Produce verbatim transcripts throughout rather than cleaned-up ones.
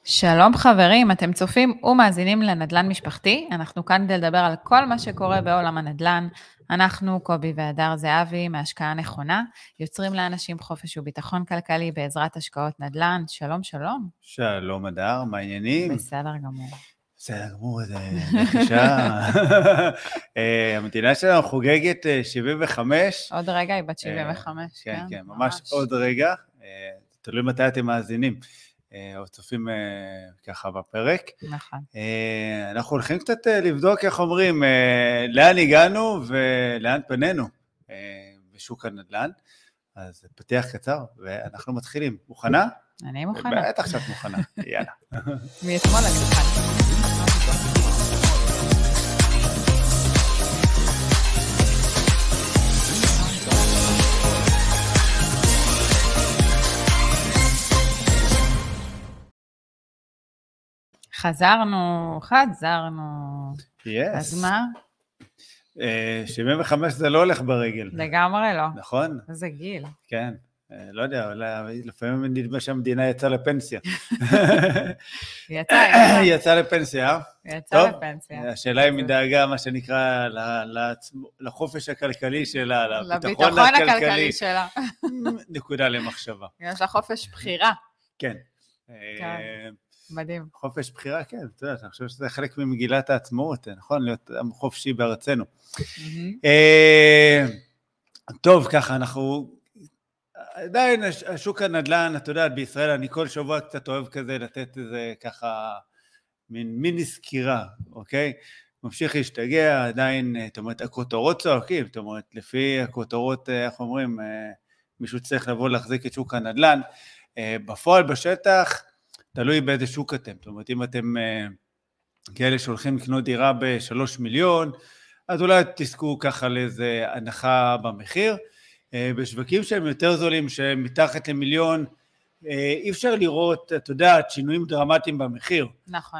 שלום חברים, אתם צופים ומאזינים לנדל"ן משפחתי. אנחנו כאן כדי לדבר על כל מה שקורה בעולם הנדל"ן. אנחנו, קובי והדר זהבי, מהשקעה נכונה, יוצרים לאנשים חופש וביטחון כלכלי בעזרת השקעות נדל"ן. שלום, שלום. שלום הדר, מה העניינים? בסדר גמור. בסדר גמור, זה נחישה. המדינה שלנו חוגגת שבעים וחמש. עוד רגע היא בת שבעים וחמש. כן, כן, ממש עוד רגע. תלוי מתי אתם מאזינים. או צופים ככה בפרק. נכון. אנחנו הולכים קצת לבדוק, איך אומרים, לאן הגענו ולאן פנינו בשוק הנדל"ן. אז פתיח קצר, ואנחנו מתחילים. מוכנה? אני מוכנה. בטח שאת מוכנה, יאללה. מאתמול אני מוכנה. חזרנו, חזרנו. Yes. אז מה? שבעים וחמש זה לא הולך ברגל. לגמרי לא. נכון? איזה גיל. כן. לא יודע, לפעמים נדמה שהמדינה יצאה לפנסיה. היא יצאה, היא יצאה לפנסיה. היא יצאה לפנסיה. השאלה היא מדאגה, מה שנקרא, לחופש הכלכלי שלה, לביטחון הכלכלי שלה. נקודה למחשבה. יש לה חופש בחירה. כן. מדהים. חופש בחירה, כן. אתה יודע, אני חושב שזה חלק ממגילת העצמאות, נכון? להיות חופשי בארצנו. טוב, ככה אנחנו... עדיין השוק הנדל"ן, אתה יודע, בישראל אני כל שבוע קצת אוהב כזה לתת איזה ככה מין מיני סקירה, אוקיי? ממשיך להשתגע, עדיין, זאת אומרת, הכותרות צועקים, זאת אומרת, לפי הכותרות, איך אומרים, מישהו צריך לבוא להחזיק את שוק הנדל"ן, בפועל בשטח, תלוי באיזה שוק אתם, זאת אומרת, אם אתם כאלה שהולכים לקנות דירה בשלוש מיליון, אז אולי תזכו ככה לאיזה הנחה במחיר, בשווקים שהם יותר זולים, שהם מתחת למיליון, אי אפשר לראות, אתה יודע, שינויים דרמטיים במחיר. נכון.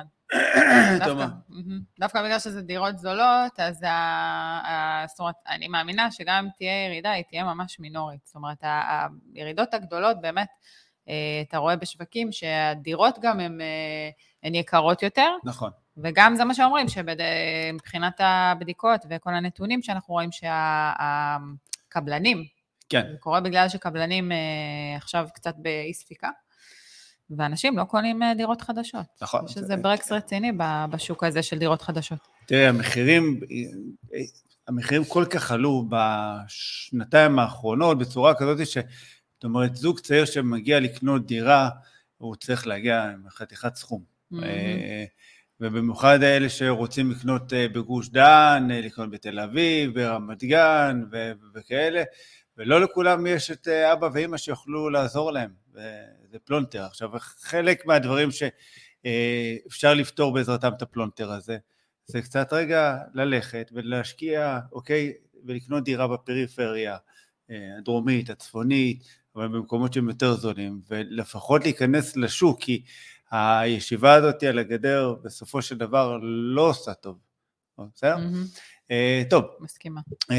דווקא בגלל שזה דירות זולות, אז זאת אומרת, אני מאמינה שגם אם תהיה ירידה, היא תהיה ממש מינורית. זאת אומרת, הירידות הגדולות באמת, אתה רואה בשווקים שהדירות גם הן יקרות יותר. נכון. וגם זה מה שאומרים, שמבחינת הבדיקות וכל הנתונים שאנחנו רואים שהקבלנים, כן. זה קורה בגלל שקבלנים עכשיו קצת באי ספיקה, ואנשים לא קונים דירות חדשות. נכון. יש איזה ברקס רציני בשוק הזה של דירות חדשות. תראה, המחירים, המחירים כל כך עלו בשנתיים האחרונות, בצורה כזאת ש, זאת אומרת, זוג צעיר שמגיע לקנות דירה, הוא צריך להגיע עם חתיכת סכום. ובמיוחד האלה שרוצים לקנות בגוש דן, לקנות בתל אביב, ברמת גן וכאלה, ולא לכולם יש את אבא ואמא שיוכלו לעזור להם, וזה פלונטר. עכשיו, חלק מהדברים שאפשר לפתור בעזרתם את הפלונטר הזה, זה קצת רגע ללכת ולהשקיע, אוקיי, ולקנות דירה בפריפריה, הדרומית, הצפונית, אבל במקומות שהם יותר זולים, ולפחות להיכנס לשוק, כי הישיבה הזאת על הגדר בסופו של דבר לא עושה טוב. בסדר? טוב. מסכימה.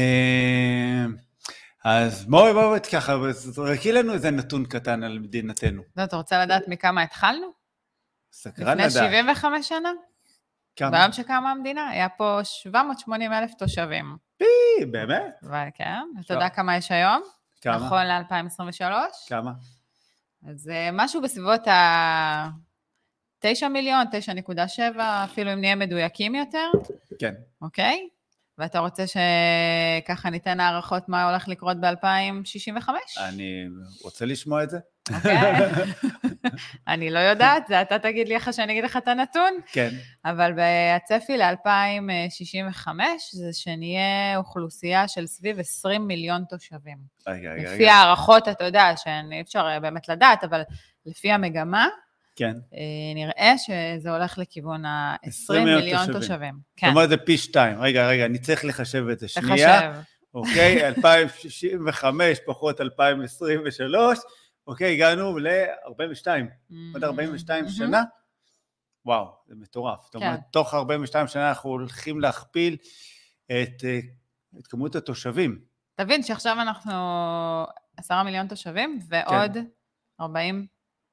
אז בואי בואי ככה, רקי לנו איזה נתון קטן על מדינתנו. אתה רוצה לדעת מכמה התחלנו? סקרן לדעת. לפני שבעים וחמש שנה? כמה? ביום שקמה המדינה, היה פה שבע מאות ושמונים אלף תושבים. פי, באמת? כן, אתה יודע כמה יש היום? כמה? נכון ל-אלפיים עשרים ושלוש? כמה? אז משהו בסביבות ה... תשע מיליון, תשע נקודה שבע, אפילו אם נהיה מדויקים יותר. כן. אוקיי? ואתה רוצה שככה ניתן הערכות מה הולך לקרות ב-אלפיים שישים וחמש? אני רוצה לשמוע את זה. אוקיי. אני לא יודעת, זה אתה תגיד לי איך שאני אגיד לך את הנתון. כן. אבל הצפי ל-אלפיים שישים וחמש זה שנהיה אוכלוסייה של סביב עשרים מיליון תושבים. רגע, רגע, רגע. לפי הערכות, אתה יודע, שאי אפשר באמת לדעת, אבל לפי המגמה, כן. נראה שזה הולך לכיוון ה-עשרים מיליון תושבים. זאת אומרת, זה פי שתיים. רגע, רגע, אני צריך לחשב את זה שנייה. לחשב. אוקיי, אלפיים שישים וחמש פחות אלפיים עשרים ושלוש, אוקיי, הגענו ל-ארבעים ושתיים. עוד ארבעים ושתיים שנה? וואו, זה מטורף. זאת אומרת, תוך ארבעים ושתיים שנה אנחנו הולכים להכפיל את כמות התושבים. תבין שעכשיו אנחנו עשרה מיליון תושבים, ועוד ארבעים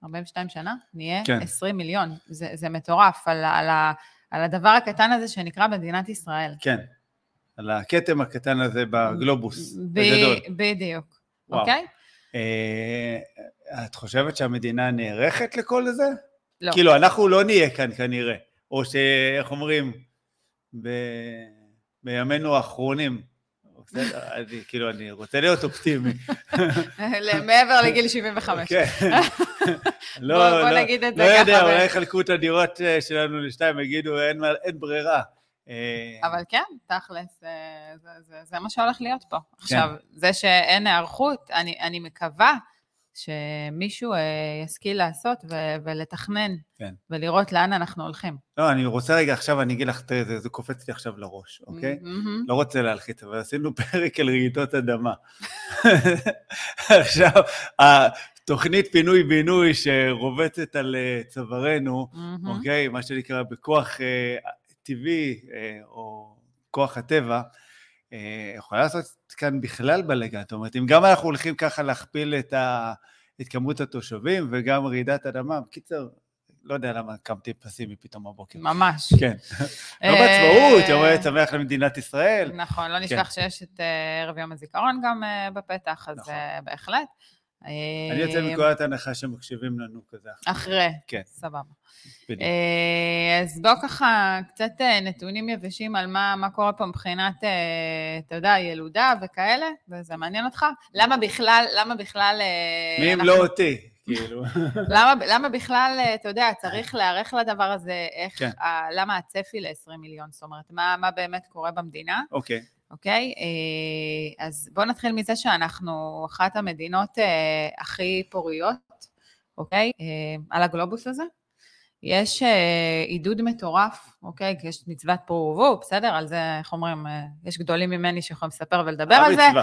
ארבעים ושתיים שנה, נהיה כן. עשרים מיליון. זה, זה מטורף על, על, ה, על הדבר הקטן הזה שנקרא מדינת ישראל. כן, על הכתם הקטן הזה בגלובוס, בגדול. בדיוק, וואו. אוקיי? אה, את חושבת שהמדינה נערכת לכל זה? לא. כאילו, אנחנו לא נהיה כאן כנראה, או שאיך אומרים, ב... בימינו האחרונים, בסדר? אני, כאילו, אני רוצה להיות אופטימי. מעבר לגיל שבעים וחמש. כן. בוא, בוא נגיד את זה לא ככה. לא יודע, אולי חלקו את הדירות שלנו לשתיים, יגידו, אין, אין ברירה. אבל כן, תכלס, זה, זה, זה, זה מה שהולך להיות פה. עכשיו, זה שאין הערכות, אני, אני מקווה שמישהו ישכיל לעשות ו- ולתכנן, כן. ולראות לאן אנחנו הולכים. לא, אני רוצה רגע עכשיו, אני אגיד לך, זה, זה קופץ לי עכשיו לראש, אוקיי? Mm-hmm. לא רוצה להלחיץ, אבל עשינו פרק על רעידות אדמה. עכשיו, התוכנית פינוי-בינוי שרובצת על צווארנו, mm-hmm. אוקיי? מה שנקרא בכוח טבעי, או כוח הטבע, יכולה לעשות כאן בכלל בלגן. זאת אומרת, אם גם אנחנו הולכים ככה להכפיל את, ה, את כמות התושבים, וגם רעידת אדמה, בקיצר, לא יודע למה קמתי פסימי פתאום הבוקר. ממש. כן. לא בעצמאות, יום שמח למדינת ישראל. נכון, לא נשכח שיש את ערב יום הזיכרון גם בפתח, אז בהחלט. אני יוצא מנקודת הנחה שמקשיבים לנו כזה. אחרי, סבבה. אז בואו ככה קצת נתונים יבשים על מה, מה קורה פה מבחינת, אתה יודע, ילודה וכאלה, וזה מעניין אותך. למה בכלל, למה בכלל... מי אם לא אותי, כאילו. למה, למה בכלל, אתה יודע, צריך להערך לדבר הזה, איך, כן. ה, למה הצפי ל-עשרים מיליון, זאת אומרת, מה, מה באמת קורה במדינה? אוקיי. אוקיי? אז בואו נתחיל מזה שאנחנו אחת המדינות הכי פוריות, אוקיי? על הגלובוס הזה. יש עידוד מטורף, אוקיי? כי יש מצוות פרו ורבו, בסדר? על זה, איך אומרים, יש גדולים ממני שיכולים לספר ולדבר על זה.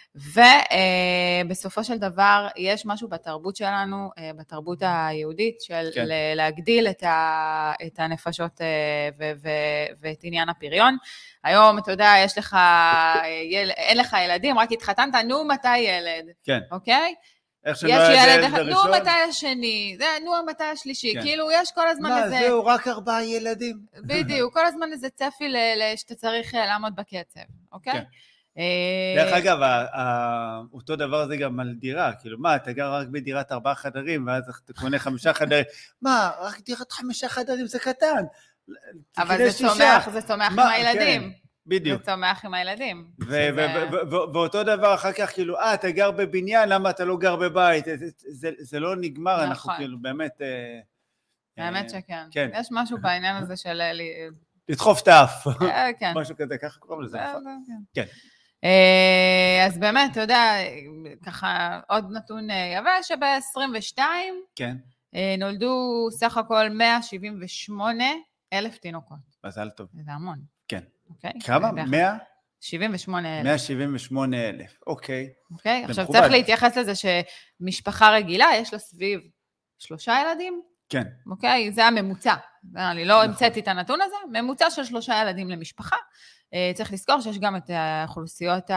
ובסופו של דבר, יש משהו בתרבות שלנו, בתרבות היהודית, של כן. להגדיל את, ה, את הנפשות ו, ו, ואת עניין הפריון. היום, אתה יודע, יש לך, יל, אין לך ילדים, רק התחתנת, נו, מתי ילד? כן. אוקיי? יש ילד אחד, נו, מתי השני? זה, נו, מתי השלישי? כן. כאילו, יש כל הזמן מה, איזה... מה, זהו, רק ארבעה ילדים? בדיוק, כל הזמן איזה צפי שאתה צריך לעמוד בקצב, אוקיי? כן. דרך אגב, אותו דבר זה גם על דירה, כאילו, מה, אתה גר רק בדירת ארבעה חדרים, ואז אתה קונה חמישה חדרים, מה, רק דירת חמישה חדרים זה קטן. אבל זה צומח, זה צומח עם הילדים. בדיוק. זה צומח עם הילדים. ואותו דבר אחר כך, כאילו, אה, אתה גר בבניין, למה אתה לא גר בבית? זה לא נגמר, אנחנו כאילו באמת... באמת שכן. יש משהו בעניין הזה של... לדחוף את האף. כן. משהו כזה, ככה קוראים לזה. כן. אז באמת, אתה יודע, ככה עוד נתון יבש, שב-עשרים ושתיים כן. נולדו סך הכל מאה שבעים ושמונה אלף תינוקות. מזל טוב. זה המון. כן. כמה? מאה? שבעים ושמונה אלף. מאה שבעים ושמונה אלף, אוקיי. אוקיי, עכשיו צריך להתייחס לזה שמשפחה רגילה יש לה סביב שלושה ילדים. כן. אוקיי, זה הממוצע. אני לא המצאתי את הנתון הזה, ממוצע של שלושה ילדים למשפחה. צריך לזכור שיש גם את האוכלוסיות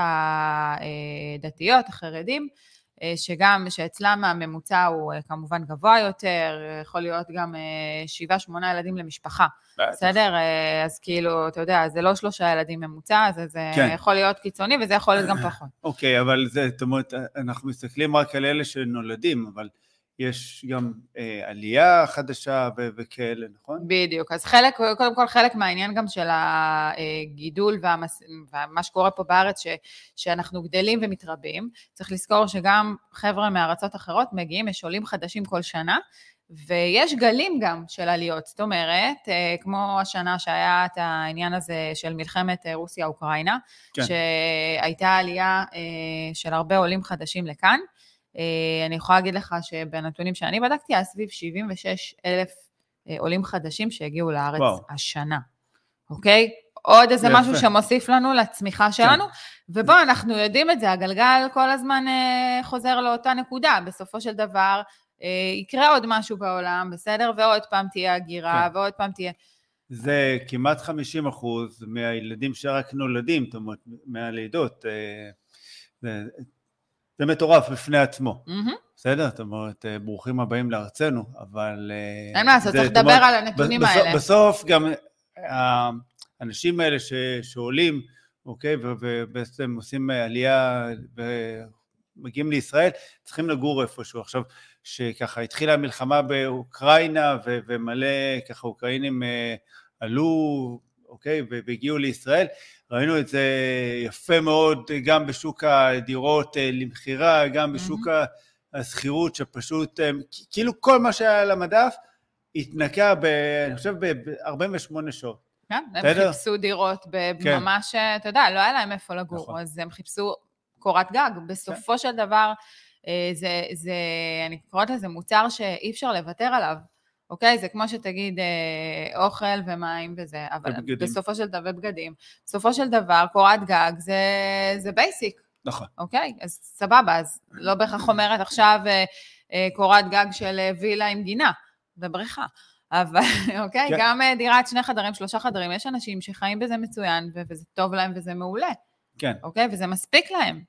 הדתיות, החרדים, שגם, שאצלם הממוצע הוא כמובן גבוה יותר, יכול להיות גם שבעה, שמונה ילדים למשפחה. בסדר? אז כאילו, אתה יודע, זה לא שלושה ילדים ממוצע, זה יכול להיות קיצוני, וזה יכול להיות גם פחות. אוקיי, אבל זה, זאת אומרת, אנחנו מסתכלים רק על אלה שנולדים, אבל... יש גם אה, עלייה חדשה ו- וכאלה, נכון? בדיוק, אז חלק, קודם כל חלק מהעניין גם של הגידול והמס, ומה שקורה פה בארץ, ש- שאנחנו גדלים ומתרבים, צריך לזכור שגם חבר'ה מארצות אחרות מגיעים, יש עולים חדשים כל שנה, ויש גלים גם של עליות, זאת אומרת, כמו השנה שהיה את העניין הזה של מלחמת רוסיה-אוקראינה, כן. שהייתה עלייה של הרבה עולים חדשים לכאן, אני יכולה להגיד לך שבנתונים שאני בדקתי, היה סביב שבעים ושש אלף עולים חדשים שהגיעו לארץ וואו. השנה. אוקיי? עוד איזה משהו שמוסיף לנו לצמיחה שלנו, כן. ובוא, אנחנו יודעים את זה, הגלגל כל הזמן חוזר לאותה נקודה, בסופו של דבר יקרה עוד משהו בעולם, בסדר? ועוד פעם תהיה הגירה, כן. ועוד פעם תהיה... זה כמעט חמישים אחוז מהילדים שרק נולדים, זאת אומרת, מהלידות, זה... זה מטורף בפני עצמו. Mm-hmm. בסדר? זאת אומרת, ברוכים הבאים לארצנו, אבל... אין מה לעשות, צריך לדבר על הנתונים בסוף, האלה. בסוף גם האנשים האלה ש, שעולים, אוקיי, ובעצם עושים עלייה ומגיעים לישראל, צריכים לגור איפשהו. עכשיו, שככה התחילה המלחמה באוקראינה, ו- ומלא ככה אוקראינים עלו, אוקיי, והגיעו לישראל, ראינו את זה יפה מאוד, גם בשוק הדירות למחירה, גם בשוק הסחירות, שפשוט, כאילו כל מה שהיה על המדף, התנקה, ב, אני חושב, ב-ארבעים ושמונה שעות. כן, הם חיפשו דירות בממש, אתה יודע, לא היה להם איפה לגור, אז הם חיפשו קורת גג. בסופו של דבר, זה, זה, אני קוראת לזה מוצר שאי אפשר לוותר עליו. אוקיי? זה כמו שתגיד אוכל ומים וזה, אבל בסופו של דבר, ובגדים, בסופו של דבר, קורת גג זה, זה בייסיק. נכון. אוקיי? אז סבבה, אז לא בהכרח אומרת עכשיו קורת גג של וילה עם גינה, ובריכה. אבל, אוקיי? גם דירת שני חדרים, שלושה חדרים, יש אנשים שחיים בזה מצוין, וזה טוב להם וזה מעולה. כן. אוקיי? וזה מספיק להם.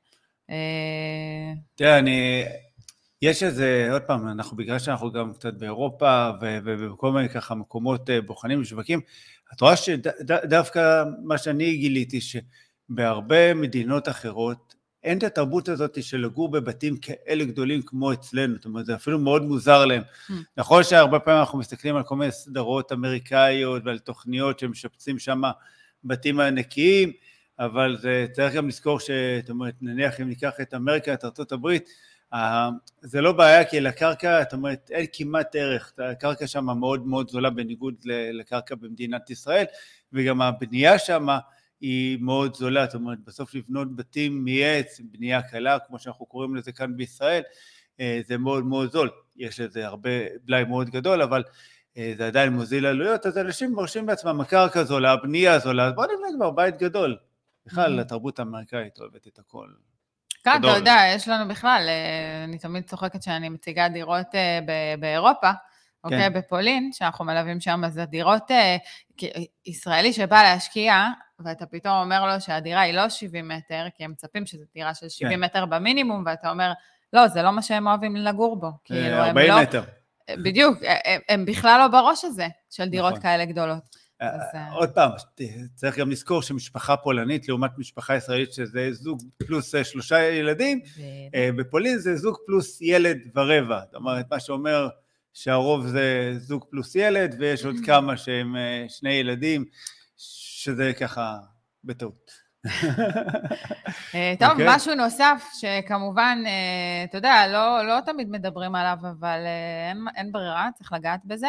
תראה, אני... יש איזה, עוד פעם, אנחנו בגלל שאנחנו גם קצת באירופה, ובכל מיני ככה מקומות בוחנים ושווקים, את רואה שדווקא מה שאני גיליתי, שבהרבה מדינות אחרות, אין את התרבות הזאת של לגור בבתים כאלה גדולים כמו אצלנו, זאת אומרת, זה אפילו מאוד מוזר להם. נכון שהרבה פעמים אנחנו מסתכלים על כל מיני סדרות אמריקאיות, ועל תוכניות שמשפצים שם בתים ענקיים, אבל זה צריך גם לזכור שאת אומרת, נניח אם ניקח את אמריקה, את ארצות הברית, זה לא בעיה, כי לקרקע, זאת אומרת, אין כמעט ערך, הקרקע שם מאוד מאוד זולה בניגוד לקרקע במדינת ישראל, וגם הבנייה שם היא מאוד זולה, זאת אומרת, בסוף לבנות בתים מעץ, בנייה קלה, כמו שאנחנו קוראים לזה כאן בישראל, זה מאוד מאוד זול, יש לזה הרבה בלאי מאוד גדול, אבל זה עדיין מוזיל עלויות, אז אנשים מרשים בעצמם, הקרקע זולה, הבנייה זולה, אז בואו נבנה כבר בית גדול, בכלל, התרבות האמריקאית אוהבת את הכל. כאן, אתה יודע, יש לנו בכלל, אני תמיד צוחקת שאני מציגה דירות באירופה, אוקיי, בפולין, שאנחנו מלווים שם, אז הדירות, ישראלי שבא להשקיע, ואתה פתאום אומר לו שהדירה היא לא שבעים מטר, כי הם מצפים שזו דירה של שבעים מטר במינימום, ואתה אומר, לא, זה לא מה שהם אוהבים לגור בו. ארבעים מטר. בדיוק, הם בכלל לא בראש הזה, של דירות כאלה גדולות. עוד פעם, צריך גם לזכור שמשפחה פולנית, לעומת משפחה ישראלית, שזה זוג פלוס שלושה ילדים, בפולין זה זוג פלוס ילד ורבע. זאת אומרת, מה שאומר שהרוב זה זוג פלוס ילד, ויש עוד כמה שהם שני ילדים, שזה ככה בטעות. טוב, משהו נוסף שכמובן, אתה יודע, לא תמיד מדברים עליו, אבל אין ברירה, צריך לגעת בזה.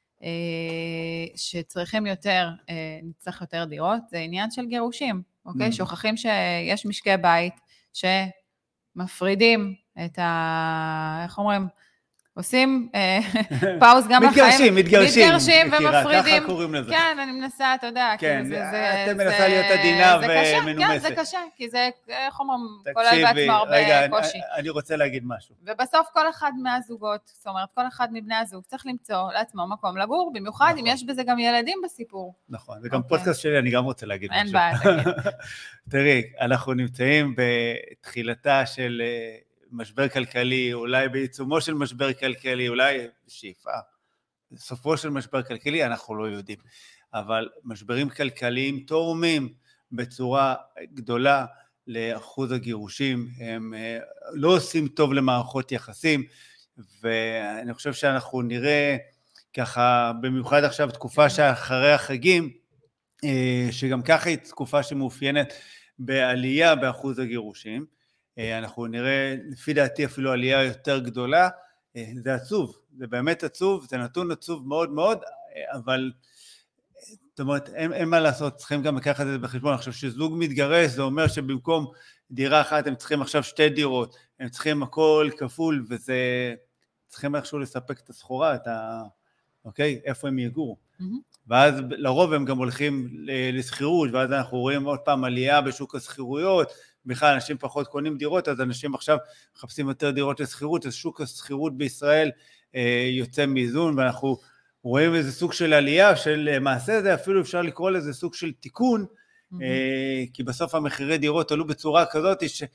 שצריכים יותר, נצטרך יותר דירות, זה עניין של גירושים, אוקיי? שוכחים שיש משקי בית שמפרידים את ה... איך אומרים? עושים פאוז גם לחיים. מתגרשים, מתגרשים. מתגרשים ומפרידים. ככה קוראים לזה. כן, אני מנסה, אתה יודע. כן, אתם מנסה להיות עדינה ומנומסת. כן, זה קשה, כי זה, איך אומרים, כולל בעצמו הרבה קושי. אני רוצה להגיד משהו. ובסוף כל אחד מהזוגות, זאת אומרת, כל אחד מבני הזוג צריך למצוא לעצמו מקום לגור, במיוחד אם יש בזה גם ילדים בסיפור. נכון, זה גם פודקאסט שלי, אני גם רוצה להגיד משהו. אין בעיה, תגיד. תראי, אנחנו נמצאים בתחילתה של... משבר כלכלי, אולי בעיצומו של משבר כלכלי, אולי שאיפה, בסופו של משבר כלכלי, אנחנו לא יודעים. אבל משברים כלכליים תורמים בצורה גדולה לאחוז הגירושים, הם לא עושים טוב למערכות יחסים, ואני חושב שאנחנו נראה ככה, במיוחד עכשיו תקופה שאחרי החגים, שגם ככה היא תקופה שמאופיינת בעלייה באחוז הגירושים, אנחנו נראה, לפי דעתי אפילו עלייה יותר גדולה, זה עצוב, זה באמת עצוב, זה נתון עצוב מאוד מאוד, אבל זאת אומרת, אין, אין מה לעשות, צריכים גם לקחת את זה בחשבון. עכשיו שזוג מתגרש, זה אומר שבמקום דירה אחת הם צריכים עכשיו שתי דירות, הם צריכים הכל כפול, וזה, צריכים איכשהו לספק את הסחורה, את ה... אוקיי? איפה הם יגורו. Mm-hmm. ואז לרוב הם גם הולכים לסחירות, ואז אנחנו רואים עוד פעם עלייה בשוק הסחירויות, בכלל אנשים פחות קונים דירות, אז אנשים עכשיו מחפשים יותר דירות לסחירות, אז שוק הסחירות בישראל אה, יוצא מאיזון, ואנחנו רואים איזה סוג של עלייה, של מעשה זה, אפילו אפשר לקרוא לזה סוג של תיקון, mm-hmm. אה, כי בסוף המחירי דירות עלו בצורה כזאת,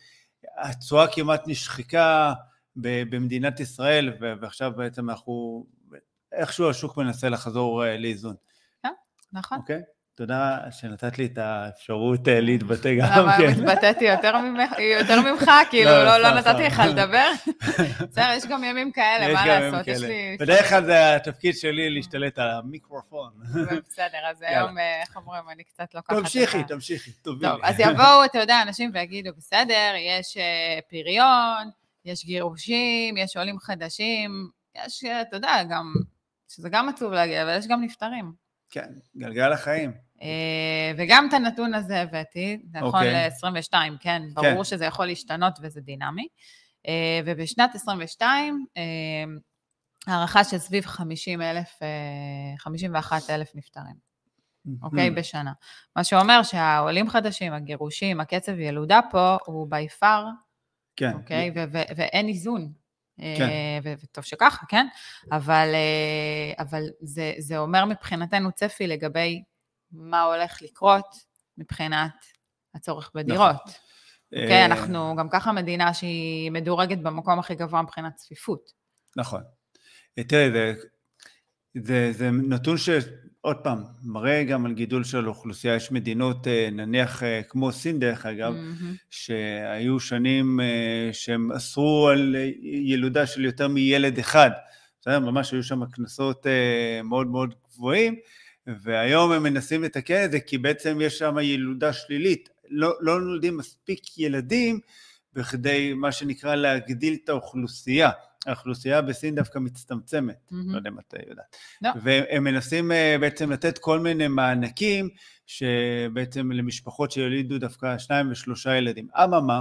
התשואה כמעט נשחיקה במדינת ישראל, ועכשיו בעצם אנחנו, איכשהו השוק מנסה לחזור לאיזון. כן, נכון. אוקיי? תודה שנתת לי את האפשרות להתבטא גם. למה התבטאתי יותר ממך, כאילו לא נתתי לך לדבר. בסדר, יש גם ימים כאלה, מה לעשות? בדרך כלל זה התפקיד שלי להשתלט על המיקרופון. בסדר, אז היום, איך אומרים, אני קצת לוקחת את זה. תמשיכי, תמשיכי, תובילי. טוב, אז יבואו, אתה יודע, אנשים ויגידו, בסדר, יש פריון, יש גירושים, יש עולים חדשים, יש, אתה יודע, גם, שזה גם עצוב להגיד, אבל יש גם נפטרים. כן, גלגל החיים. וגם את הנתון הזה הבאתי, זה נכון ל-עשרים ושתיים, כן, ברור שזה יכול להשתנות וזה דינמי, ובשנת עשרים ושתיים, הערכה של סביב חמישים אלף, חמישים ואחד אלף נפטרים, אוקיי, בשנה. מה שאומר שהעולים חדשים, הגירושים, הקצב ילודה פה, הוא ביפר, אוקיי, ואין איזון. וטוב שככה, כן? אבל, אבל זה, זה אומר מבחינתנו צפי לגבי מה הולך לקרות מבחינת הצורך בדירות. אוקיי, אנחנו גם ככה מדינה שהיא מדורגת במקום הכי גבוה מבחינת צפיפות. נכון. תראה, זה, זה, זה נתון שעוד פעם, מראה גם על גידול של אוכלוסייה. יש מדינות, נניח כמו סין דרך אגב, שהיו שנים שהם אסרו על ילודה של יותר מילד אחד. בסדר, ממש היו שם כנסות מאוד מאוד גבוהים, והיום הם מנסים לתקן את זה, כי בעצם יש שם ילודה שלילית. לא, לא נולדים מספיק ילדים, בכדי מה שנקרא להגדיל את האוכלוסייה. האוכלוסייה בסין דווקא מצטמצמת, mm-hmm. לא יודע אם אתה יודעת. No. והם מנסים בעצם לתת כל מיני מענקים, שבעצם למשפחות שיולידו דווקא שניים ושלושה ילדים. אממה,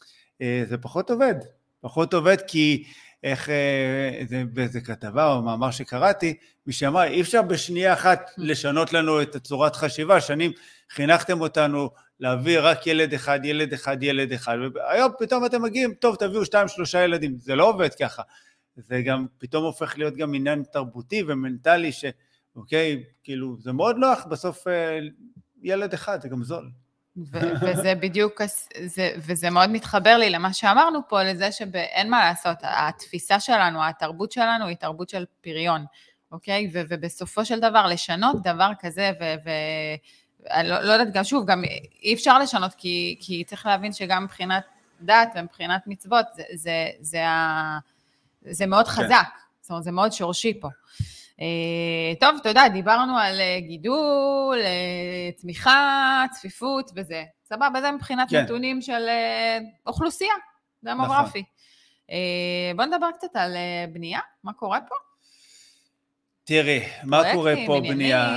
זה פחות עובד. פחות עובד כי, איך, זה, באיזה כתבה או מאמר שקראתי, מי שאמר, אי אפשר בשנייה אחת לשנות לנו את צורת חשיבה, שנים חינכתם אותנו להביא רק ילד אחד, ילד אחד, ילד אחד, והיום פתאום אתם מגיעים, טוב, תביאו שתיים, שלושה ילדים, זה לא עובד ככה, זה גם פתאום הופך להיות גם עניין תרבותי ומנטלי, שאוקיי, כאילו, זה מאוד נוח, בסוף ילד אחד, זה גם זול. וזה בדיוק, וזה מאוד מתחבר לי למה שאמרנו פה, לזה שאין מה לעשות, התפיסה שלנו, התרבות שלנו, היא תרבות של פריון, אוקיי? ובסופו של דבר, לשנות דבר כזה, ו... לא, לא יודעת, גם שוב, גם אי אפשר לשנות, כי, כי צריך להבין שגם מבחינת דת ומבחינת מצוות, זה, זה, זה, ה, זה מאוד חזק, כן. זאת אומרת, זה מאוד שורשי פה. טוב, אתה יודע, דיברנו על גידול, תמיכה, צפיפות וזה. סבבה, זה מבחינת כן. נתונים של אוכלוסייה, דמוגרפי. נכון. בוא נדבר קצת על בנייה, מה קורה פה? תראי, מה קורה פה בנייה?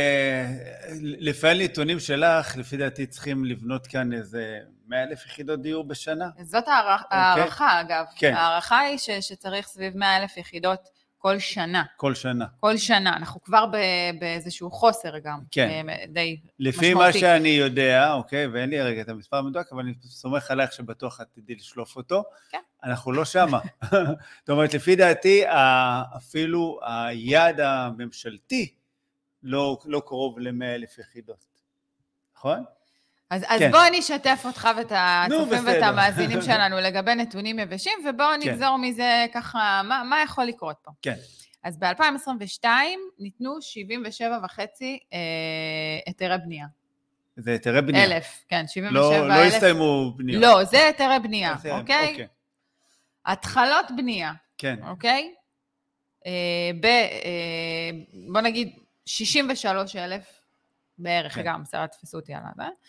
לפי הנתונים שלך, לפי דעתי צריכים לבנות כאן איזה מאה אלף יחידות דיור בשנה. זאת הערכה, אגב. הערכה היא שצריך סביב מאה אלף יחידות כל שנה. כל שנה. כל שנה. אנחנו כבר באיזשהו חוסר גם. כן. די משמעותי. לפי מה שאני יודע, אוקיי, ואין לי הרגע את המספר המדויק, אבל אני סומך עליך שבטוח את תדעי לשלוף אותו. כן. אנחנו לא שמה. זאת אומרת, לפי דעתי, אפילו היעד הממשלתי לא, לא קרוב ל-מאה אלף יחידות. נכון? אז, אז כן. בואו נשתף אותך ואת הצופים ואת המאזינים שלנו לגבי נתונים יבשים, ובואו נגזור כן. מזה ככה, מה, מה יכול לקרות פה. כן. אז ב-אלפיים עשרים ושתיים ניתנו שבעים ושבע וחצי אה, היתרי בנייה. זה היתרי בנייה? אלף, כן, שבעים לא, ושבע לא אלף. הסתיימו בנייה. לא, זה היתרי בנייה, זה, אוקיי? אוקיי. התחלות בנייה, כן. אוקיי? אה, ב, אה, בוא נגיד שישים ושלושה אלף בערך, כן. גם, בסדר, תפסו אותי עליו, אה?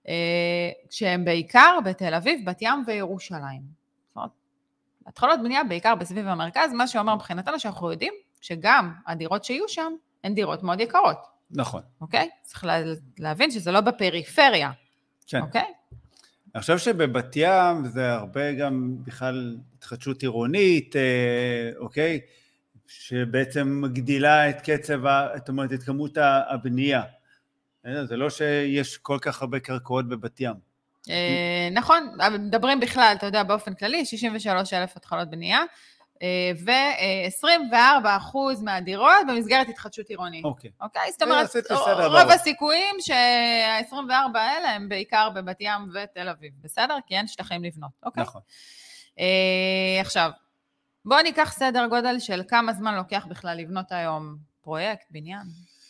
שהם בעיקר בתל אביב, בת ים וירושלים. זאת אומרת, התחלות בנייה בעיקר בסביב המרכז, מה שאומר מבחינתנו שאנחנו יודעים שגם הדירות שיהיו שם הן דירות מאוד יקרות. נכון. אוקיי? צריך להבין שזה לא בפריפריה. כן. אוקיי? אני חושב שבבת ים זה הרבה גם בכלל התחדשות עירונית, אוקיי? שבעצם מגדילה את קצב, זאת אומרת, את כמות הבנייה. זה לא שיש כל כך הרבה קרקעות בבת ים. נכון, מדברים בכלל, אתה יודע, באופן כללי, שישים ושלושה אלף התחלות בנייה, ו-עשרים וארבעה אחוז מהדירות במסגרת התחדשות עירונית. אוקיי. אוקיי? זאת אומרת, רוב הסיכויים שה-עשרים וארבע האלה הם בעיקר בבת ים ותל אביב, בסדר? כי אין שטחים לבנות, אוקיי? נכון. עכשיו, בואו ניקח סדר גודל של כמה זמן לוקח בכלל לבנות היום פרויקט, בניין.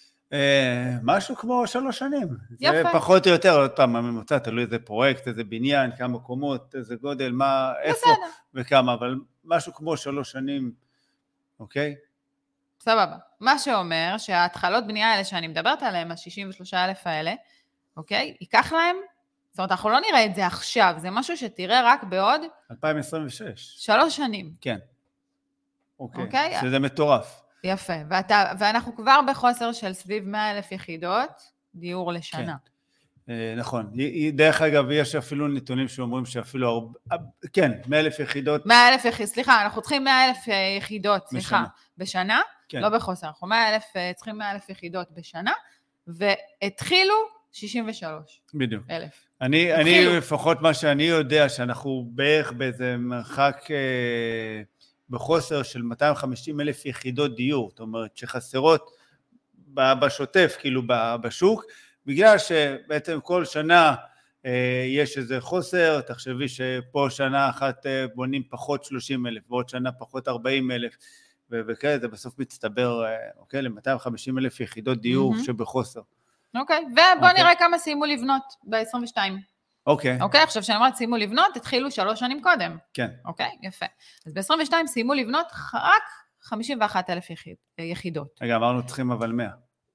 משהו כמו שלוש שנים. יפה. זה פחות או יותר, עוד פעם, הממוצע, תלוי איזה פרויקט, איזה בניין, כמה קומות, איזה גודל, מה, איפה וכמה, אבל משהו כמו שלוש שנים, אוקיי? סבבה. מה שאומר שההתחלות בנייה האלה שאני מדברת עליהן, ה-שישים ושלושה אלף האלה, אוקיי? ייקח להם, זאת אומרת, אנחנו לא נראה את זה עכשיו, זה משהו שתראה רק בעוד... אלפיים עשרים ושש. שלוש שנים. כן. אוקיי. אוקיי? שזה מטורף. יפה. ואתה, ואנחנו כבר בחוסר של סביב מאה אלף יחידות דיור לשנה. כן. נכון. דרך אגב, יש אפילו נתונים שאומרים שאפילו הרבה... כן, מאה אלף יחידות. מאה אלף יחידות, סליחה, אנחנו צריכים מאה אלף יחידות, סליחה, בשנה. כן. לא בחוסר, אנחנו מאה אלף, צריכים מאה אלף יחידות בשנה, והתחילו שישים ושלוש. בדיוק. אלף. אני, אני לפחות מה שאני יודע, שאנחנו בערך באיזה מרחק אה, בחוסר של מאתיים וחמישים אלף יחידות דיור, זאת אומרת שחסרות בשוטף, כאילו בשוק, בגלל שבעצם כל שנה אה, יש איזה חוסר, תחשבי שפה שנה אחת אה, בונים פחות שלושים אלף, ועוד שנה פחות ארבעים אלף, וכאלה, זה בסוף מצטבר, אה, אוקיי, ל-מאתיים וחמישים אלף יחידות דיור mm-hmm. שבחוסר. אוקיי, ובוא נראה כמה סיימו לבנות ב-עשרים ושתיים. אוקיי. אוקיי, עכשיו שאני אומרת סיימו לבנות, התחילו שלוש שנים קודם. כן. אוקיי, יפה. אז ב-עשרים ושתיים סיימו לבנות רק חמישים ואחת אלף יחידות. רגע, אמרנו צריכים אבל מאה.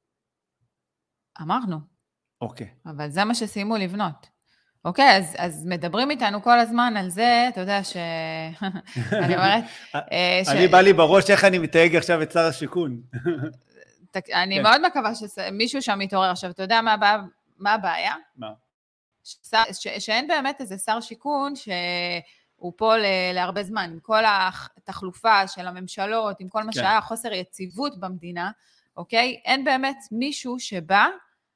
אמרנו. אוקיי. אבל זה מה שסיימו לבנות. אוקיי, אז, אז מדברים איתנו כל הזמן על זה, אתה יודע ש... אני אומרת... אני בא לי בראש איך אני מתייג עכשיו את שר השיכון. אני מאוד מקווה שמישהו שם מתעורר. עכשיו, אתה יודע מה הבעיה? מה? שאין באמת איזה שר שיכון שהוא פה להרבה זמן, עם כל התחלופה של הממשלות, עם כל מה שהיה חוסר יציבות במדינה, אוקיי? אין באמת מישהו שבא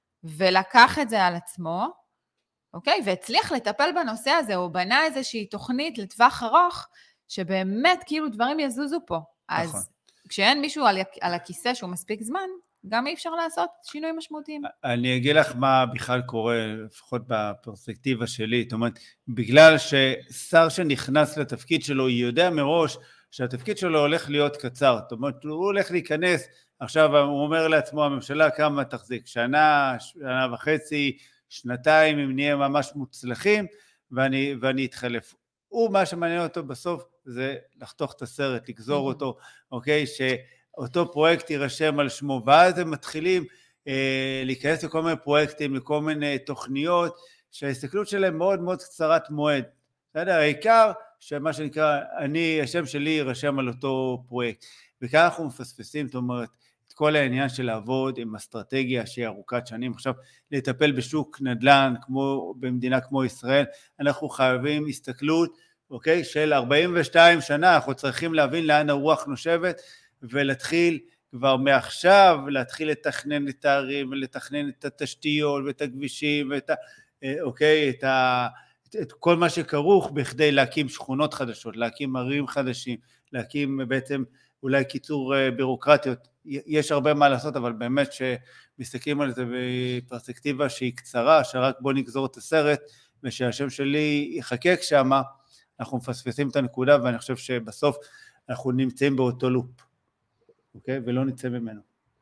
ולקח את זה על עצמו, אוקיי? והצליח לטפל בנושא הזה, או בנה איזושהי תוכנית לטווח ארוך, שבאמת כאילו דברים יזוזו פה. אז כשאין מישהו על, על הכיסא שהוא מספיק זמן, גם אי אפשר לעשות שינויים משמעותיים. אני אגיד לך מה בכלל קורה, לפחות בפרספקטיבה שלי, זאת אומרת, בגלל ששר שנכנס לתפקיד שלו, יודע מראש שהתפקיד שלו הולך להיות קצר, זאת אומרת, הוא הולך להיכנס, עכשיו הוא אומר לעצמו, הממשלה כמה תחזיק, שנה, שנה וחצי, שנתיים, אם נהיה ממש מוצלחים, ואני, ואני אתחלף. הוא, מה שמעניין אותו בסוף, זה לחתוך את הסרט, לגזור אותו, אוקיי, שאותו פרויקט יירשם על שמו, ואז הם מתחילים אה, להיכנס לכל מיני פרויקטים, לכל מיני תוכניות, שההסתכלות שלהם מאוד מאוד קצרת מועד. בסדר? העיקר, שמה שנקרא, אני, השם שלי יירשם על אותו פרויקט. וכאן אנחנו מפספסים, זאת אומרת, את כל העניין של לעבוד עם אסטרטגיה שהיא ארוכת שנים, עכשיו לטפל בשוק נדל"ן כמו, במדינה כמו ישראל, אנחנו חייבים הסתכלות, אוקיי, של ארבעים ושתיים שנה, אנחנו צריכים להבין לאן הרוח נושבת, ולהתחיל כבר מעכשיו, להתחיל לתכנן את הערים, ולתכנן את התשתיות, ואת הכבישים, ואת ה, אוקיי, את ה, את כל מה שכרוך, בכדי להקים שכונות חדשות, להקים ערים חדשים, להקים בעצם אולי קיצור בירוקרטיות, יש הרבה מה לעשות, אבל באמת שמסתכלים על זה בפרספקטיבה שהיא קצרה, שרק בוא נגזור את הסרט, ושהשם שלי יחקק שם, אנחנו מפספסים את הנקודה, ואני חושב שבסוף אנחנו נמצאים באותו לופ, אוקיי? ולא נצא ממנו.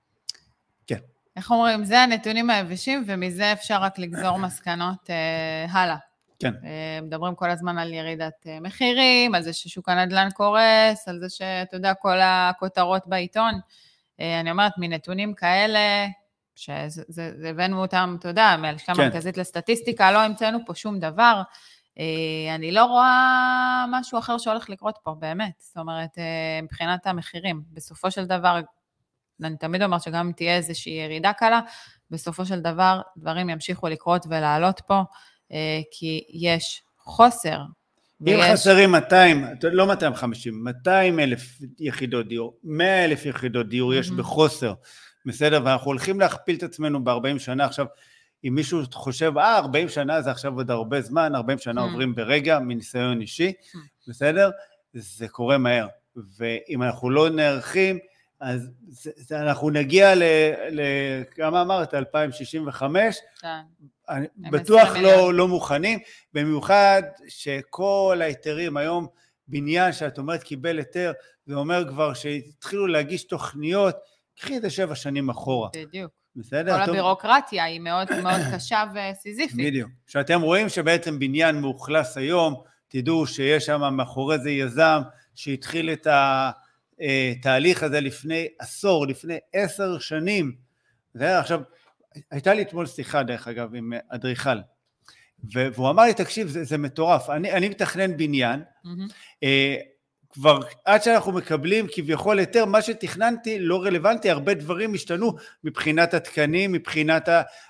כן. איך אומרים, זה הנתונים היבשים, ומזה אפשר רק לגזור מסקנות אה, הלאה. כן. אה, מדברים כל הזמן על ירידת אה, מחירים, על זה ששוק הנדל"ן קורס, על זה שאתה יודע, כל הכותרות בעיתון. אה, אני אומרת, מנתונים כאלה, שהבאנו אותם, אתה יודע, מהלשכה המרכזית לסטטיסטיקה, לא המצאנו פה שום דבר, אני לא רואה משהו אחר שהולך לקרות פה, באמת. זאת אומרת, מבחינת המחירים, בסופו של דבר, אני תמיד אומרת שגם תהיה איזושהי ירידה קלה, בסופו של דבר דברים ימשיכו לקרות ולעלות פה, כי יש חוסר. אם חסרים מאתיים, לא מאתיים וחמישים, מאתיים אלף יחידות דיור, מאה אלף יחידות דיור יש בחוסר, בסדר? ואנחנו הולכים להכפיל את עצמנו ב-ארבעים שנה עכשיו, אם מישהו חושב, אה, ארבעים שנה זה עכשיו עוד הרבה זמן, ארבעים שנה עוברים ברגע, מניסיון אישי, בסדר? זה קורה מהר, ואם אנחנו לא נערכים, אז זה, זה, אנחנו נגיע ל, ל, כמה אמרת, אלפיים שישים וחמש, כן. אני בטוח לא, לא מוכנים, במיוחד שכל היתרים היום, בניין שאת אומרת קיבל היתר, זה אומר כבר שהתחילו להגיש תוכניות, קחי את זה שבע שנים אחורה. בדיוק. בסדר? כל הבירוקרטיה היא מאוד מאוד קשה וסיזיפית. בדיוק. שאתם רואים שבעצם בניין מאוכלס היום, תדעו שיש שם מאחורי זה יזם, שהתחיל את התהליך הזה לפני עשור, לפני עשר שנים. עכשיו, הייתה לי אתמול שיחה דרך אגב עם אדריכל, והוא אמר לי, תקשיב, זה, זה מטורף, אני, אני מתכנן בניין, mm-hmm. אה, כבר עד שאנחנו מקבלים כביכול היתר, מה שתכננתי לא רלוונטי, הרבה דברים השתנו מבחינת התקנים, מבחינת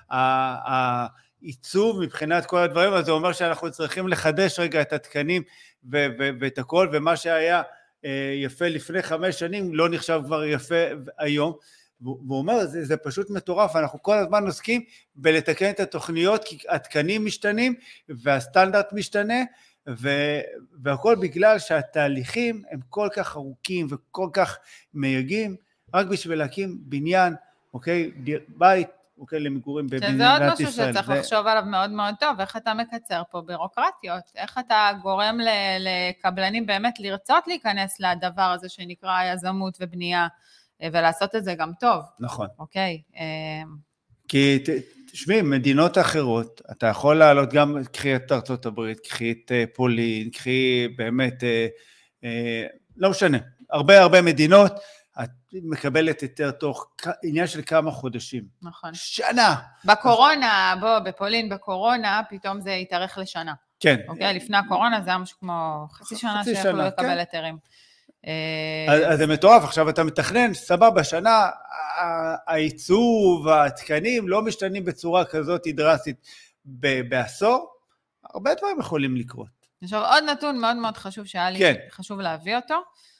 העיצוב, מבחינת כל הדברים, אז זה אומר שאנחנו צריכים לחדש רגע את התקנים ו- ו- ואת הכל, ומה שהיה אה, יפה לפני חמש שנים לא נחשב כבר יפה היום, והוא אומר, זה, זה פשוט מטורף, אנחנו כל הזמן עוסקים בלתקן את התוכניות, כי התקנים משתנים, והסטנדרט משתנה, ו, והכל בגלל שהתהליכים הם כל כך ארוכים, וכל כך מייגעים, רק בשביל להקים בניין, אוקיי, בית, אוקיי, למגורים במדינת ישראל. שזה עוד משהו שצריך זה... לחשוב עליו מאוד מאוד טוב, איך אתה מקצר פה בירוקרטיות, איך אתה גורם לקבלנים באמת לרצות להיכנס לדבר הזה שנקרא יזמות ובנייה, ולעשות את זה גם טוב. נכון. אוקיי. כי תשמעי, מדינות אחרות, אתה יכול לעלות גם, קחי את ארצות הברית, קחי את פולין, קחי באמת, לא משנה, הרבה הרבה מדינות, את מקבלת יותר תוך עניין של כמה חודשים. נכון. שנה. בקורונה, בוא, בפולין בקורונה, פתאום זה יתארך לשנה. כן. אוקיי, לפני הקורונה זה היה משהו כמו חצי שנה שיכולו לקבל היתרים. אז זה מטורף, עכשיו אתה מתכנן, סבבה, שנה, העיצוב, התקנים לא משתנים בצורה כזאת דרסטית בעשור, הרבה דברים יכולים לקרות. עכשיו עוד נתון מאוד מאוד חשוב שהיה לי חשוב להביא אותו,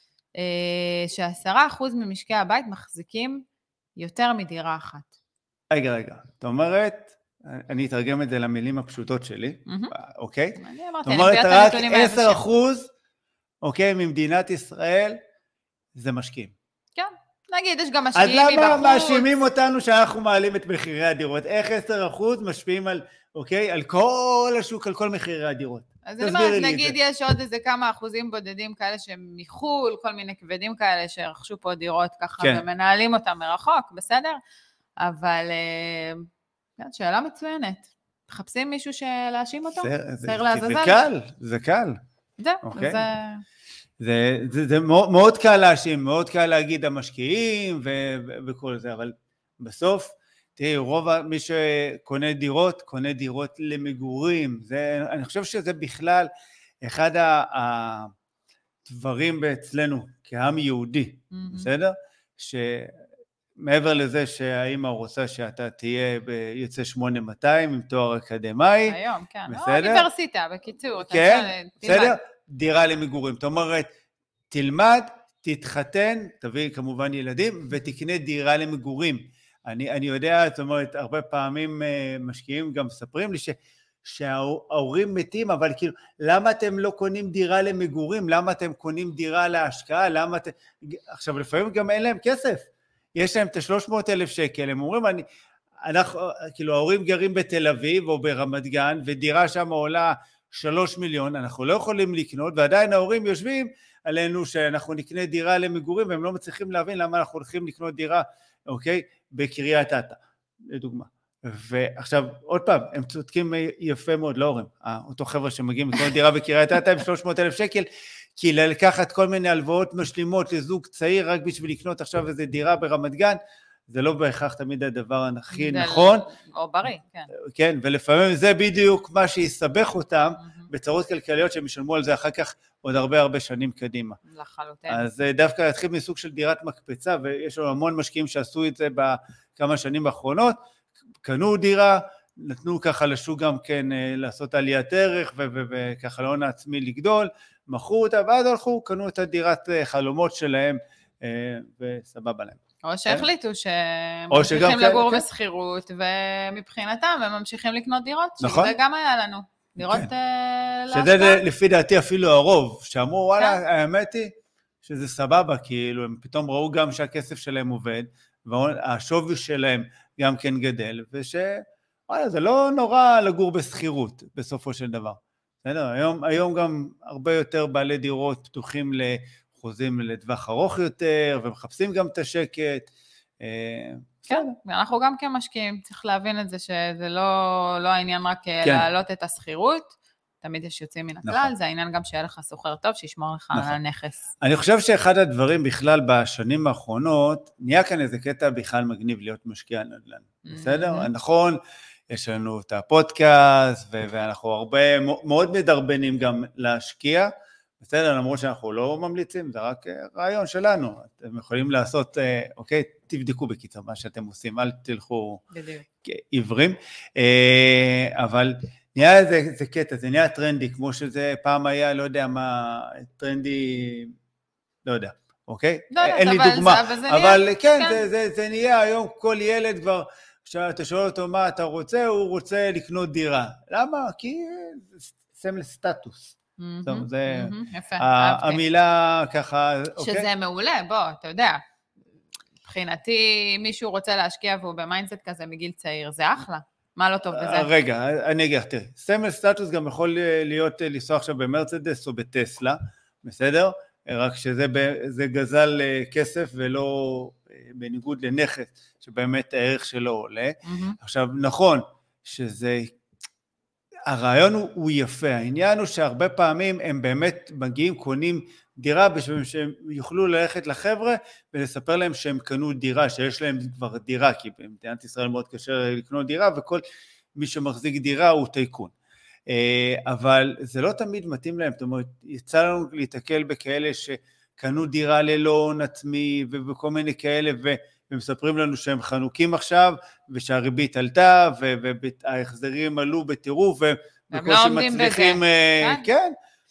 שעשרה אחוז ממשקי הבית מחזיקים יותר מדירה אחת. רגע, רגע, זאת אומרת, אני אתרגם את זה למילים הפשוטות שלי, אוקיי? זאת אומרת, רק עשרה אחוז, אוקיי, ממדינת ישראל, זה משקיעים. כן, נגיד, יש גם משקיעים מבחוץ. אז למה מאשימים אותנו שאנחנו מעלים את מחירי הדירות? איך עשרה אחוז משפיעים על, אוקיי, על כל השוק, על כל מחירי הדירות? אז אני אומרת, נגיד, יש עוד איזה כמה אחוזים בודדים כאלה שהם מחול, כל מיני כבדים כאלה שרכשו פה דירות ככה, כן. ומנהלים אותם מרחוק, בסדר? אבל, שאלה מצוינת. מחפשים מישהו שלהאשים אותו? זה, זה, זה קל, זה קל. זה, okay. זה... זה, זה, זה מאוד, מאוד קל להאשים, מאוד קל להגיד המשקיעים ו, ו, וכל זה, אבל בסוף, תראי, רוב מי שקונה דירות, קונה דירות למגורים, זה, אני חושב שזה בכלל אחד הדברים אצלנו כעם יהודי, mm-hmm. בסדר? שמעבר לזה שהאמא רוצה שאתה תהיה ביוצא שמונה מאתיים עם תואר אקדמאי, היום, כן, בסדר? אוניברסיטה, בקיצור, כן, בסדר? דירה למגורים, זאת אומרת, תלמד, תתחתן, תביא כמובן ילדים, ותקנה דירה למגורים. אני, אני יודע, זאת אומרת, הרבה פעמים משקיעים גם מספרים לי ש, שההורים מתים, אבל כאילו, למה אתם לא קונים דירה למגורים? למה אתם קונים דירה להשקעה? למה אתם... עכשיו, לפעמים גם אין להם כסף. יש להם את ה-שלוש מאות אלף שקל, הם אומרים, אני, אנחנו, כאילו, ההורים גרים בתל אביב או ברמת גן, ודירה שם עולה שלוש מיליון, אנחנו לא יכולים לקנות, ועדיין ההורים יושבים עלינו שאנחנו נקנה דירה למגורים, והם לא מצליחים להבין למה אנחנו הולכים לקנות דירה, אוקיי, בקריית אתא, לדוגמה. ועכשיו, עוד פעם, הם צודקים יפה מאוד, לא הורים, אותו חבר'ה שמגיעים לקנות דירה בקריית אתא, עם שלוש מאות אלף שקל, כי לקחת כל מיני הלוואות משלימות לזוג צעיר, רק בשביל לקנות עכשיו איזו דירה ברמת גן, זה לא בהכרח תמיד הדבר הכי נכון. או בריא, כן. כן, ולפעמים זה בדיוק מה שיסבך אותם, בצרות כלכליות שהם ישלמו על זה אחר כך עוד הרבה הרבה שנים קדימה. לחלוטין. אז דווקא להתחיל מסוג של דירת מקפצה, ויש לנו המון משקיעים שעשו את זה בכמה שנים האחרונות, קנו דירה, נתנו ככה לשוק גם כן לעשות עליית ערך, וככה להון העצמי לגדול, מכרו אותה, ואז הלכו, קנו את הדירת חלומות שלהם, וסבבה להם. או שהחליטו שהם ממשיכים לגור בסחירות, ומבחינתם הם ממשיכים לקנות דירות, שזה גם היה לנו, דירות להשקעה. שזה לפי דעתי אפילו הרוב, שאמרו, וואלה, האמת היא, שזה סבבה, כאילו הם פתאום ראו גם שהכסף שלהם עובד, והשווי שלהם גם כן גדל, וש... וואלה, זה לא נורא לגור בסחירות בסופו של דבר. בסדר? היום, היום גם הרבה יותר בעלי דירות פתוחים לחוזים לטווח ארוך יותר, ומחפשים גם את השקט. כן, אנחנו גם כמשקיעים, צריך להבין את זה, שזה לא, לא העניין רק כן. להעלות את הסחירות, תמיד יש יוצאים מן הכלל, נכון. זה העניין גם שיהיה לך סוחר טוב, שישמור לך נכון. על הנכס. אני חושב שאחד הדברים בכלל בשנים האחרונות, נהיה כאן איזה קטע בכלל מגניב להיות משקיע נדל"ן. Mm-hmm. בסדר? נכון, יש לנו את הפודקאסט, ואנחנו הרבה, מאוד מדרבנים גם להשקיע, בסדר, למרות שאנחנו לא ממליצים, זה רק רעיון שלנו, אתם יכולים לעשות, אוקיי, תבדקו בקיצור מה שאתם עושים, אל תלכו עיוורים, אבל נהיה איזה, איזה קטע, זה נהיה טרנדי, כמו שזה פעם היה, לא יודע מה, טרנדי, לא יודע, אוקיי? לא יודעת, אין לי אבל דוגמה, זה, זה אבל נהיה, כן, כן. זה, זה, זה נהיה היום כל ילד כבר, כשאתה שואל אותו מה אתה רוצה, הוא רוצה לקנות דירה. למה? כי סמל סטטוס. זה המילה ככה, שזה מעולה, בוא, אתה יודע, מבחינתי מישהו רוצה להשקיע והוא במיינדסט כזה מגיל צעיר, זה אחלה. מה לא טוב בזה? רגע, אני אגיד, תראי, סמל סטטוס גם יכול להיות לנסוע עכשיו במרצדס או בטסלה, בסדר? רק שזה גזל כסף ולא בניגוד לנכס, שבאמת הערך שלו עולה. עכשיו, נכון שזה, הרעיון הוא יפה, העניין הוא שהרבה פעמים הם באמת מגיעים, קונים דירה בשביל שהם יוכלו ללכת לחבר'ה ולספר להם שהם קנו דירה, שיש להם כבר דירה, כי במדינת ישראל מאוד קשה לקנות דירה, וכל מי שמחזיק דירה הוא טייקון. אבל זה לא תמיד מתאים להם, זאת אומרת, יצא לנו להתקל בכאלה שקנו דירה ללא הון עצמי ובכל מיני כאלה, ומספרים לנו שהם חנוקים עכשיו, ושהריבית עלתה, וההחזרים עלו בטירוף, ובקושי מצליחים, כן,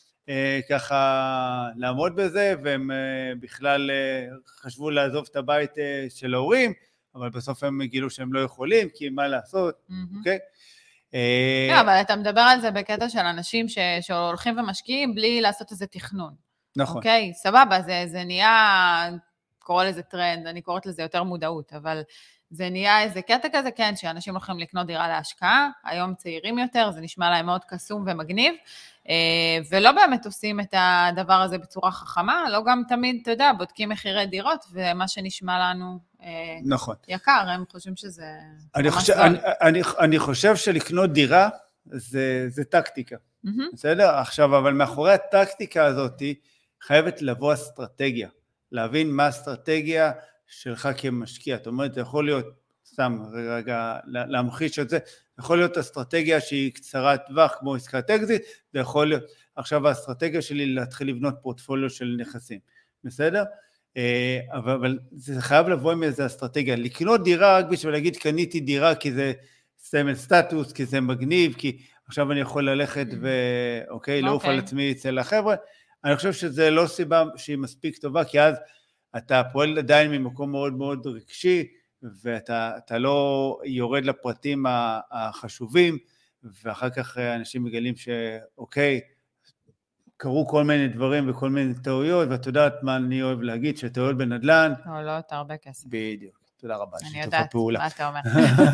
ככה לעמוד בזה, והם בכלל חשבו לעזוב את הבית של ההורים, אבל בסוף הם גילו שהם לא יכולים, כי מה לעשות, אוקיי? לא, אבל אתה מדבר על זה בקטע של אנשים שהולכים ומשקיעים בלי לעשות איזה תכנון. נכון. אוקיי, סבבה, זה נהיה, קורא לזה טרנד, אני קוראת לזה יותר מודעות, אבל זה נהיה איזה קטע כזה, כן, שאנשים הולכים לקנות דירה להשקעה, היום צעירים יותר, זה נשמע להם מאוד קסום ומגניב, ולא באמת עושים את הדבר הזה בצורה חכמה, לא גם תמיד, אתה יודע, בודקים מחירי דירות, ומה שנשמע לנו נכון. יקר, הם חושבים שזה אני חושב, אני, אני, אני חושב שלקנות דירה זה, זה טקטיקה, mm-hmm. בסדר? עכשיו, אבל מאחורי הטקטיקה הזאת חייבת לבוא אסטרטגיה, להבין מה האסטרטגיה שלך כמשקיע, זאת אומרת, זה יכול להיות, סתם רגע להמחיש את זה, יכול להיות אסטרטגיה שהיא קצרת טווח, כמו עסקת אקזיט, זה יכול להיות, עכשיו האסטרטגיה שלי להתחיל לבנות פורטפוליו של נכסים, בסדר? אבל, אבל זה חייב לבוא עם איזו אסטרטגיה, לקנות דירה רק בשביל להגיד קניתי דירה כי זה סמל סטטוס, כי זה מגניב, כי עכשיו אני יכול ללכת ואוקיי, לעוף על עצמי אצל החבר'ה, אני חושב שזה לא סיבה שהיא מספיק טובה, כי אז אתה פועל עדיין ממקום מאוד מאוד רגשי, ואתה אתה לא יורד לפרטים החשובים, ואחר כך אנשים מגלים שאוקיי, קרו כל מיני דברים וכל מיני טעויות, ואת יודעת מה אני אוהב להגיד, שטעויות בנדל"ן. עולות הרבה כסף. בדיוק, תודה רבה. אני יודעת מה אתה אומר.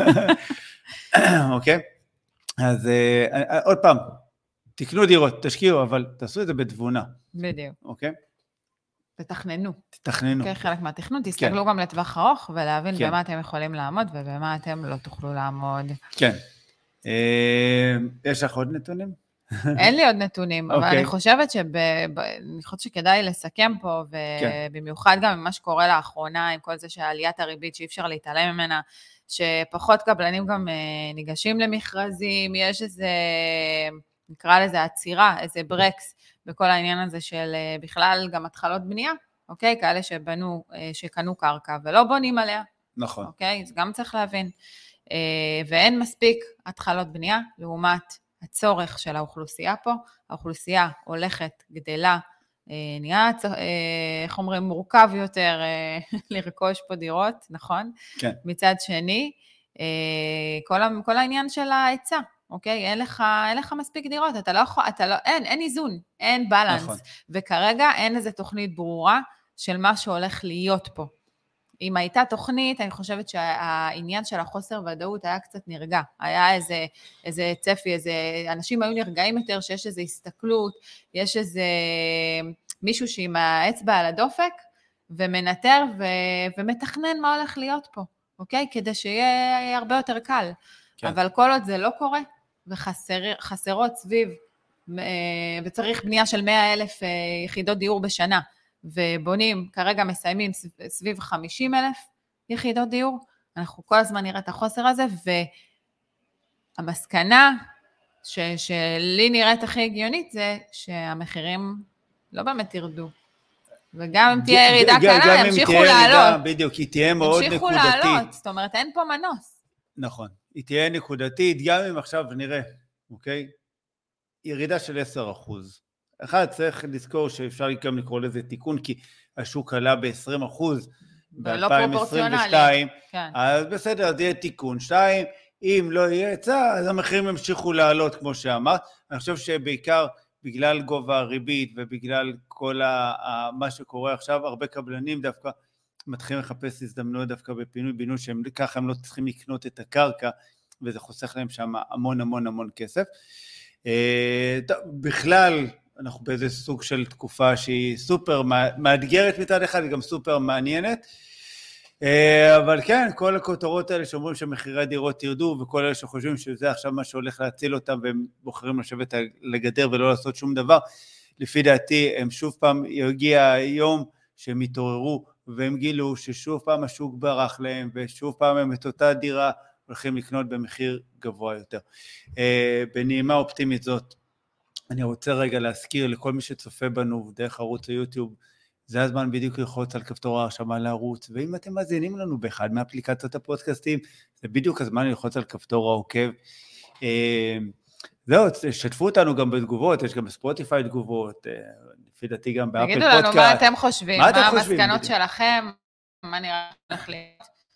אוקיי, אז עוד פעם, תקנו דירות, תשקיעו, אבל תעשו את זה בתבונה. בדיוק. אוקיי? תתכננו. תתכננו. אוקיי, חלק מהתכנון, תסתגלו גם לטווח ארוך, ולהבין במה אתם יכולים לעמוד, ובמה אתם לא תוכלו לעמוד. כן. יש לך עוד נתונים? אין לי עוד נתונים, אבל אני חושבת שב... אני חושבת שכדאי לסכם פה, ובמיוחד גם ממה שקורה לאחרונה, עם כל זה שעליית הריבית שאי אפשר להתעלם ממנה, שפחות קבלנים גם ניגשים למכרזים, יש איזה, נקרא לזה עצירה, איזה ברקס, בכל העניין הזה של בכלל גם התחלות בנייה, אוקיי? כאלה שבנו, שקנו קרקע ולא בונים עליה. נכון. אוקיי? זה גם צריך להבין. ואין מספיק התחלות בנייה, לעומת הצורך של האוכלוסייה פה. האוכלוסייה הולכת, גדלה, נהיה, איך אומרים, מורכב יותר לרכוש פה דירות, נכון? כן. מצד שני, כל, כל העניין של ההיצע. אוקיי? אין לך, אין לך מספיק דירות, אתה לא יכול, אתה לא, אין, אין איזון, אין בלנס, נכון. וכרגע אין איזו תוכנית ברורה של מה שהולך להיות פה. אם הייתה תוכנית, אני חושבת שהעניין של החוסר ודאות היה קצת נרגע. היה איזה, איזה צפי, איזה, אנשים היו נרגעים יותר, שיש איזו הסתכלות, יש איזה מישהו שעם האצבע על הדופק, ומנטר ו, ומתכנן מה הולך להיות פה, אוקיי? כדי שיהיה הרבה יותר קל. כן. אבל כל עוד זה לא קורה, וחסרות סביב, וצריך בנייה של מאה אלף יחידות דיור בשנה, ובונים, כרגע מסיימים סביב חמישים אלף יחידות דיור, אנחנו כל הזמן נראה את החוסר הזה, והמסקנה ש, שלי נראית הכי הגיונית, זה שהמחירים לא באמת ירדו. וגם אם תהיה ירידה קלה, ימשיכו לעלות. בדיוק, היא תהיה מאוד נקודתית. ימשיכו לעלות, זאת אומרת, אין פה מנוס. נכון, היא תהיה נקודתית, גם אם עכשיו נראה, אוקיי? ירידה של עשרה אחוז. אחד, צריך לזכור שאפשר גם לקרוא לזה תיקון, כי השוק עלה ב-עשרים אחוז ב-אלפיים עשרים ושתיים, כן. אז בסדר, אז יהיה תיקון. שתיים, אם לא יהיה היצע, אז המחירים ימשיכו לעלות, כמו שאמרת. אני חושב שבעיקר בגלל גובה הריבית, ובגלל כל ה- ה- מה שקורה עכשיו, הרבה קבלנים דווקא מתחילים לחפש הזדמנויות דווקא בפינוי בינוי, שהם ככה הם לא צריכים לקנות את הקרקע, וזה חוסך להם שם המון המון המון כסף. בכלל, אנחנו באיזה סוג של תקופה שהיא סופר מאתגרת מצד אחד, היא גם סופר מעניינת, אבל כן, כל הכותרות האלה שאומרים שמחירי הדירות ירדו, וכל אלה שחושבים שזה עכשיו מה שהולך להציל אותם, והם בוחרים לשבת לגדר ולא לעשות שום דבר, לפי דעתי הם שוב פעם יגיע היום שהם יתעוררו, והם גילו ששוב פעם השוק ברח להם, ושוב פעם הם את אותה דירה הולכים לקנות במחיר גבוה יותר. בנעימה אופטימית זאת, אני רוצה רגע להזכיר לכל מי שצופה בנו דרך ערוץ היוטיוב, זה הזמן בדיוק ללחוץ על כפתור ההרשמה לערוץ, ואם אתם מאזינים לנו באחד מאפליקציות הפודקאסטים, זה בדיוק הזמן ללחוץ על כפתור העוקב. זהו, שתפו אותנו גם בתגובות, יש גם בספוטיפיי תגובות, לפי דעתי גם באפל פודקאסט. תגידו לנו מה אתם חושבים, מה המסקנות שלכם, מה נראה לך לי.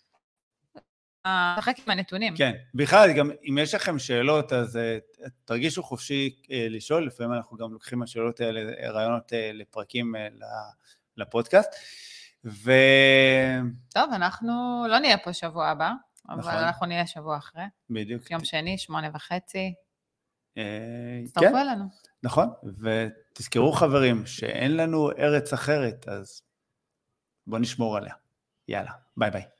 תחק עם הנתונים. כן, בכלל, גם אם יש לכם שאלות, אז uh, תרגישו חופשי uh, לשאול, לפעמים אנחנו גם לוקחים השאלות האלה, רעיונות uh, לפרקים uh, לפודקאסט, ו... טוב, אנחנו לא נהיה פה שבוע הבא, אבל נכון. אנחנו נהיה שבוע אחרי. בדיוק. יום שני, שמונה וחצי. Uh, תצטרפו כן, אלינו. נכון, ותזכרו חברים, שאין לנו ארץ אחרת, אז בואו נשמור עליה. יאללה, ביי ביי.